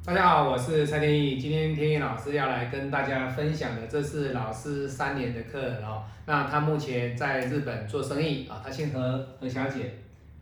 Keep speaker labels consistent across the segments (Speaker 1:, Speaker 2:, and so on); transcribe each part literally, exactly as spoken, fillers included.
Speaker 1: 大家好，我是蔡天意。今天天意老师要来跟大家分享的，这是老师三年的课哦。那他目前在日本做生意啊，他姓何，何小姐。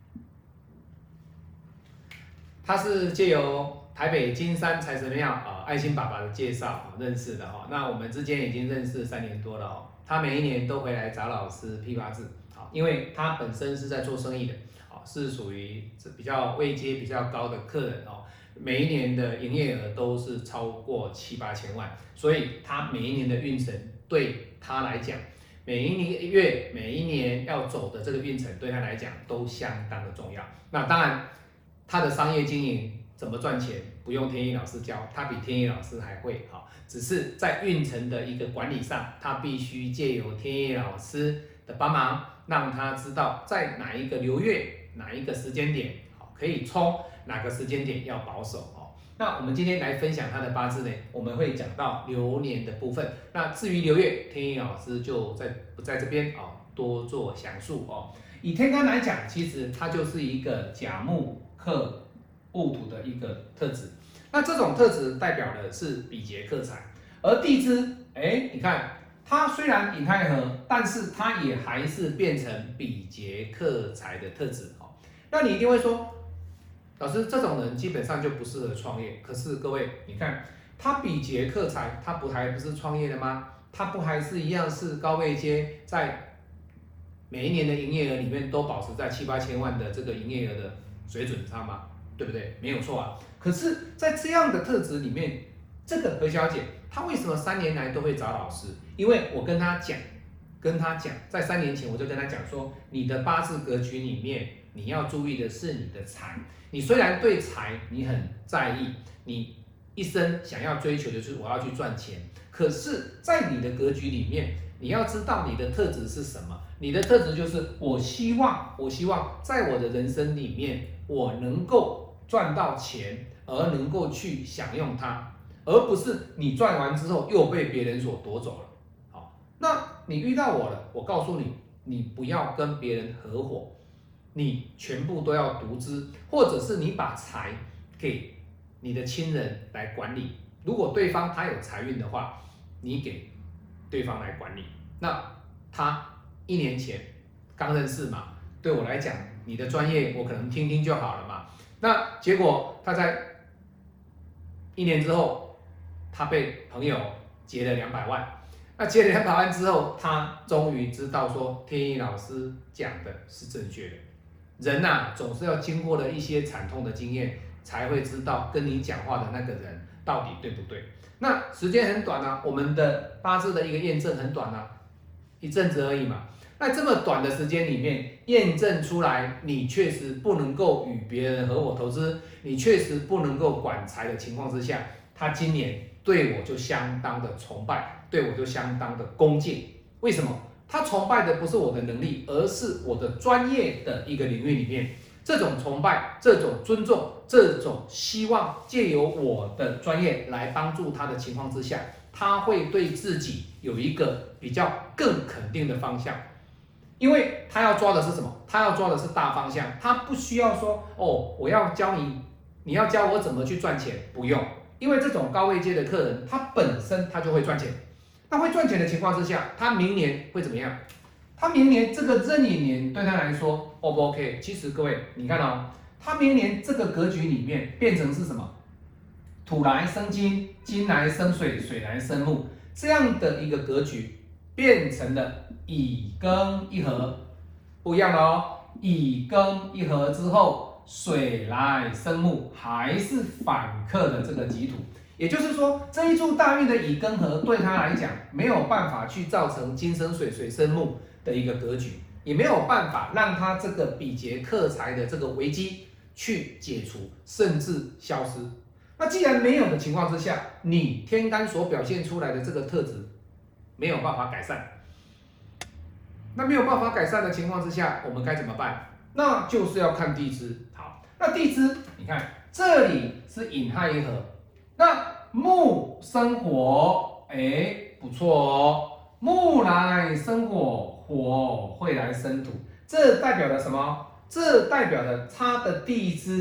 Speaker 1: 他是借由台北金山财神庙啊，爱心爸爸的介绍啊认识的哈。那我们之间已经认识三年多了哦。他每一年都回来找老师批八字啊，因为他本身是在做生意的啊，是属于比较位阶比较高的客人哦。每一年的营业额都是超过七八千万，所以他每一年的运程对他来讲，每一年月每一年要走的这个运程对他来讲都相当的重要。那当然，他的商业经营怎么赚钱，不用天意老师教，他比天意老师还会好，只是在运程的一个管理上，他必须借由天意老师的帮忙，让他知道在哪一个流月哪一个时间点好可以冲。哪个时间点要保守哦？那我们今天来分享他的八字呢，我们会讲到流年的部分。那至于流月，天意老师就在不在这边哦，多做详述哦。以天干来讲，其实它就是一个甲木克戊土的一个特质。那这种特质代表的是比劫克财，而地支，哎，你看它虽然寅亥合，但是它也还是变成比劫克财的特质哦。那你一定会说，老师，这种人基本上就不适合创业。可是各位，你看他比劫克财，他不还不是创业的吗？他不还是一样是高位阶，在每一年的营业额里面都保持在七八千万的这个营业额的水准上吗？对不对？没有错啊。可是，在这样的特质里面，这个何小姐她为什么三年来都会找老师？因为我跟她讲，跟她讲，在三年前我就跟她讲说，你的八字格局里面，你要注意的是你的财。你虽然对财你很在意，你一生想要追求的就是我要去赚钱，可是，在你的格局里面，你要知道你的特质是什么。你的特质就是我希望，我希望在我的人生里面，我能够赚到钱，而能够去享用它，而不是你赚完之后又被别人所夺走了。好，那你遇到我了，我告诉你，你不要跟别人合伙。你全部都要独资，或者是你把财给你的亲人来管理。如果对方他有财运的话，你给对方来管理。那他一年前刚认识嘛，对我来讲，你的专业我可能听听就好了嘛。那结果他在一年之后，他被朋友劫了两百万。那借了两百万之后，他终于知道说天意老师讲的是正确的。人呐、啊，总是要经过了一些惨痛的经验，才会知道跟你讲话的那个人到底对不对。那时间很短啊，我们的八字的一个验证很短啊，一阵子而已嘛。那这么短的时间里面，验证出来你确实不能够与别人合伙投资，你确实不能够管财的情况之下，他今年对我就相当的崇拜，对我就相当的恭敬。为什么？他崇拜的不是我的能力，而是我的专业的一个领域里面，这种崇拜、这种尊重、这种希望借由我的专业来帮助他的情况之下，他会对自己有一个比较更肯定的方向，因为他要抓的是什么？他要抓的是大方向，他不需要说哦，我要教你，你要教我怎么去赚钱，不用，因为这种高位阶的客人，他本身他就会赚钱。那会赚钱的情况之下，他明年会怎么样？他明年这个壬寅年对他来说 O 不 OK？ 其实各位，你看哦，他明年这个格局里面变成是什么？土来生金，金来生水，水来生木，这样的一个格局变成了乙庚一合，不一样了哦。乙庚一合之后，水来生木，还是反克的这个己土。也就是说，这一柱大运的乙庚合对他来讲没有办法去造成金生水、水生木的一个格局，也没有办法让他这个比劫克财的这个危机去解除，甚至消失。那既然没有的情况之下，你天干所表现出来的这个特质没有办法改善，那没有办法改善的情况之下，我们该怎么办？那就是要看地支。好，那地支你看这里是寅亥一合。那木生火，哎，不错哦。木来生火，火会来生土，这代表了什么？这代表了它的地支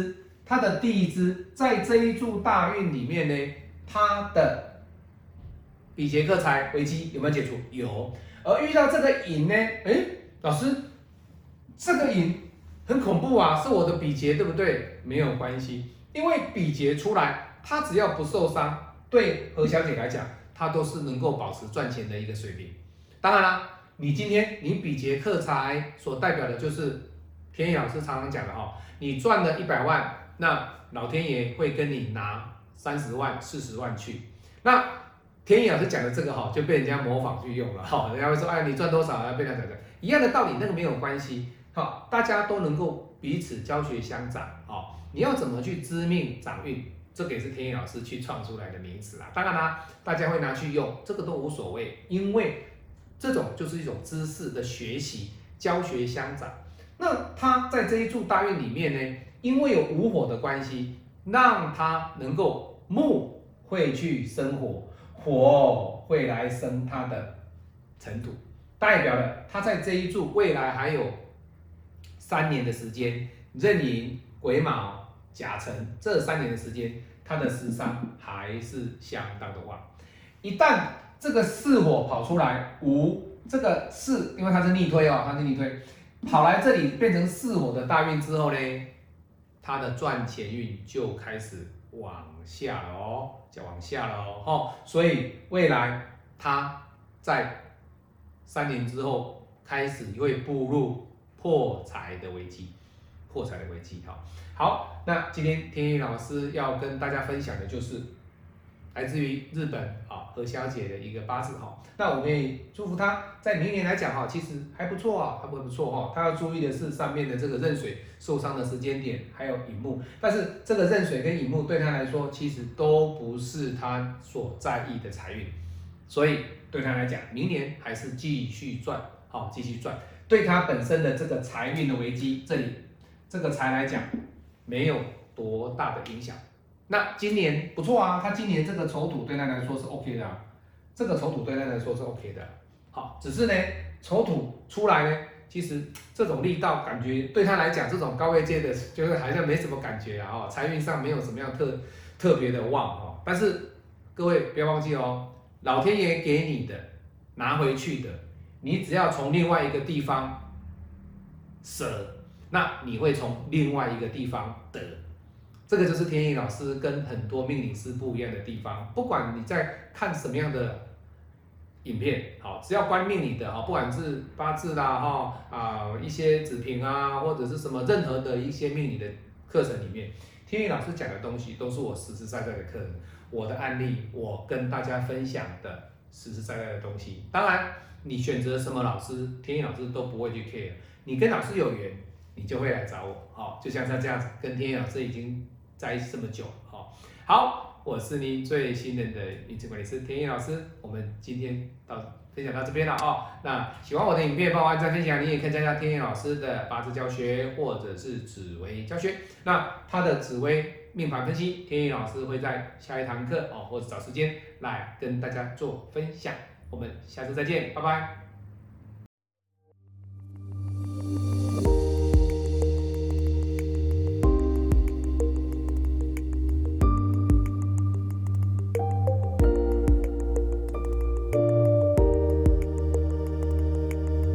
Speaker 1: 它的地支在这一柱大运里面呢，它的比劫克财危机有没有解除？有。而遇到这个寅呢，哎，老师，这个寅很恐怖啊，是我的比劫，对不对？没有关系，因为比劫出来，它只要不受伤，对何小姐来讲，她都是能够保持赚钱的一个水平。当然啦，你今天你比劫克财所代表的就是天野老师常常讲的哈、哦，你赚了一百万，那老天爷会跟你拿三十万、四十万去。那天野老师讲的这个哈，就被人家模仿去用了哈，人家会说，哎，你赚多少啊？被他讲的一样的道理，那个没有关系。好，大家都能够彼此教学相长。好，你要怎么去知命长运，这个也是天野老师去创出来的名词啦。当然啦，大家会拿去用，这个都无所谓，因为这种就是一种知识的学习，教学相长。那他在这一柱大运里面呢，因为有午火的关系，让他能够木会去生火。火会来生它的尘土，代表了它在这一柱未来还有三年的时间，壬寅、癸卯、甲辰这三年的时间，它的食伤还是相当的旺。一旦这个巳火跑出来，午这个巳，因为它是逆推哦，它是逆推，跑来这里变成巳火的大运之后呢，它的赚钱运就开始往下了哦，就往下了哦，哦，所以未来它在三年之后开始会步入破财的危机，破财的危机哈。好，那今天天宇老师要跟大家分享的就是来自于日本啊何小姐的一个八字哈。那我们也祝福她在明年来讲哈，其实还不错啊，还不不错哈。她要注意的是上面的这个壬水受伤的时间点，还有寅木。但是这个壬水跟寅木对她来说，其实都不是她所在意的财运，所以对她来讲，明年还是继续赚，好继续赚。对她本身的这个财运的危机，这里这个财来讲，没有多大的影响。那今年不错啊，他今年这个丑土对他来说是 OK 的、啊，这个丑土对他来说是 OK 的。好，只是呢，丑土出来呢，其实这种力道感觉对他来讲，这种高位阶的，就是好像没什么感觉啊，哦，财运上没有什么样特特别的旺哦。但是各位不要忘记哦，老天爷给你的拿回去的，你只要从另外一个地方舍，那你会从另外一个地方得。这个就是天意老师跟很多命理师不一样的地方。不管你在看什么样的影片，好，只要关命理的哈，不管是八字啦哈啊一些子平啊，或者是什么任何的一些命理的课程里面，天意老师讲的东西都是我实实在在的课程，我的案例，我跟大家分享的实实在在的东西。当然，你选择什么老师，天意老师都不会去 care。你跟老师有缘，你就会来找我，好，就像他这样子，跟天意老师已经在一起这么久，好，好，我是您最信任的运势管理师天意老师，我们今天到分享到这边了哦。那喜欢我的影片，帮我按赞分享，你也可以参加天意老师的八字教学或者是紫微教学。那他的紫微命盘分析，天意老师会在下一堂课哦，或者找时间来跟大家做分享。我们下次再见，拜拜。